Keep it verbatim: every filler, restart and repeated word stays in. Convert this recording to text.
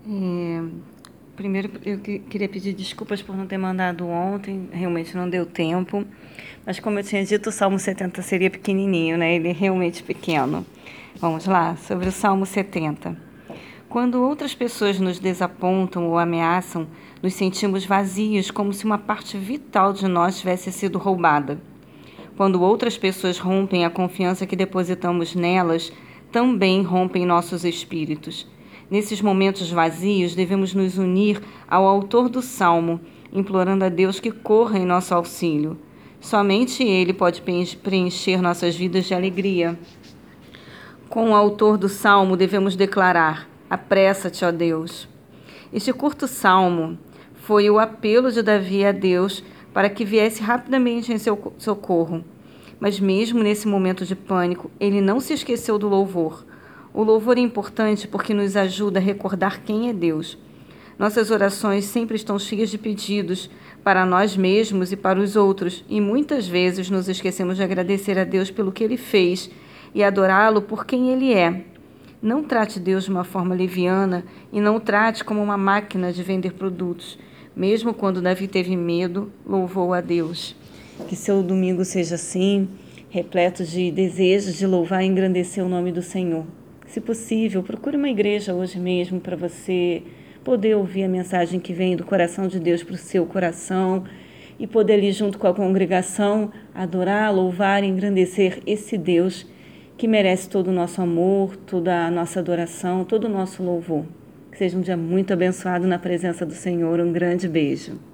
É, primeiro, eu que- queria pedir desculpas por não ter mandado ontem, realmente não deu tempo. Mas como eu tinha dito, o Salmo setenta seria pequenininho, né? Ele é realmente pequeno. Vamos lá, sobre o Salmo setenta. Quando outras pessoas nos desapontam ou ameaçam, nos sentimos vazios, como se uma parte vital de nós tivesse sido roubada. Quando outras pessoas rompem a confiança que depositamos nelas, também rompem nossos espíritos. Nesses momentos vazios, devemos nos unir ao autor do salmo, implorando a Deus que corra em nosso auxílio. Somente Ele pode preencher nossas vidas de alegria. Com o autor do salmo, devemos declarar: apressa-te, ó Deus. Este curto salmo foi o apelo de Davi a Deus para que viesse rapidamente em seu socorro. Mas mesmo nesse momento de pânico, ele não se esqueceu do louvor. O louvor é importante porque nos ajuda a recordar quem é Deus. Nossas orações sempre estão cheias de pedidos para nós mesmos e para os outros, e muitas vezes nos esquecemos de agradecer a Deus pelo que Ele fez e adorá-lo por quem Ele é. Não trate Deus de uma forma leviana e não o trate como uma máquina de vender produtos. Mesmo quando Davi teve medo, louvou a Deus. Que seu domingo seja assim, repleto de desejos de louvar e engrandecer o nome do Senhor. Se possível, procure uma igreja hoje mesmo para você poder ouvir a mensagem que vem do coração de Deus para o seu coração e poder ali junto com a congregação adorar, louvar e engrandecer esse Deus que merece todo o nosso amor, toda a nossa adoração, todo o nosso louvor. Que seja um dia muito abençoado na presença do Senhor. Um grande beijo.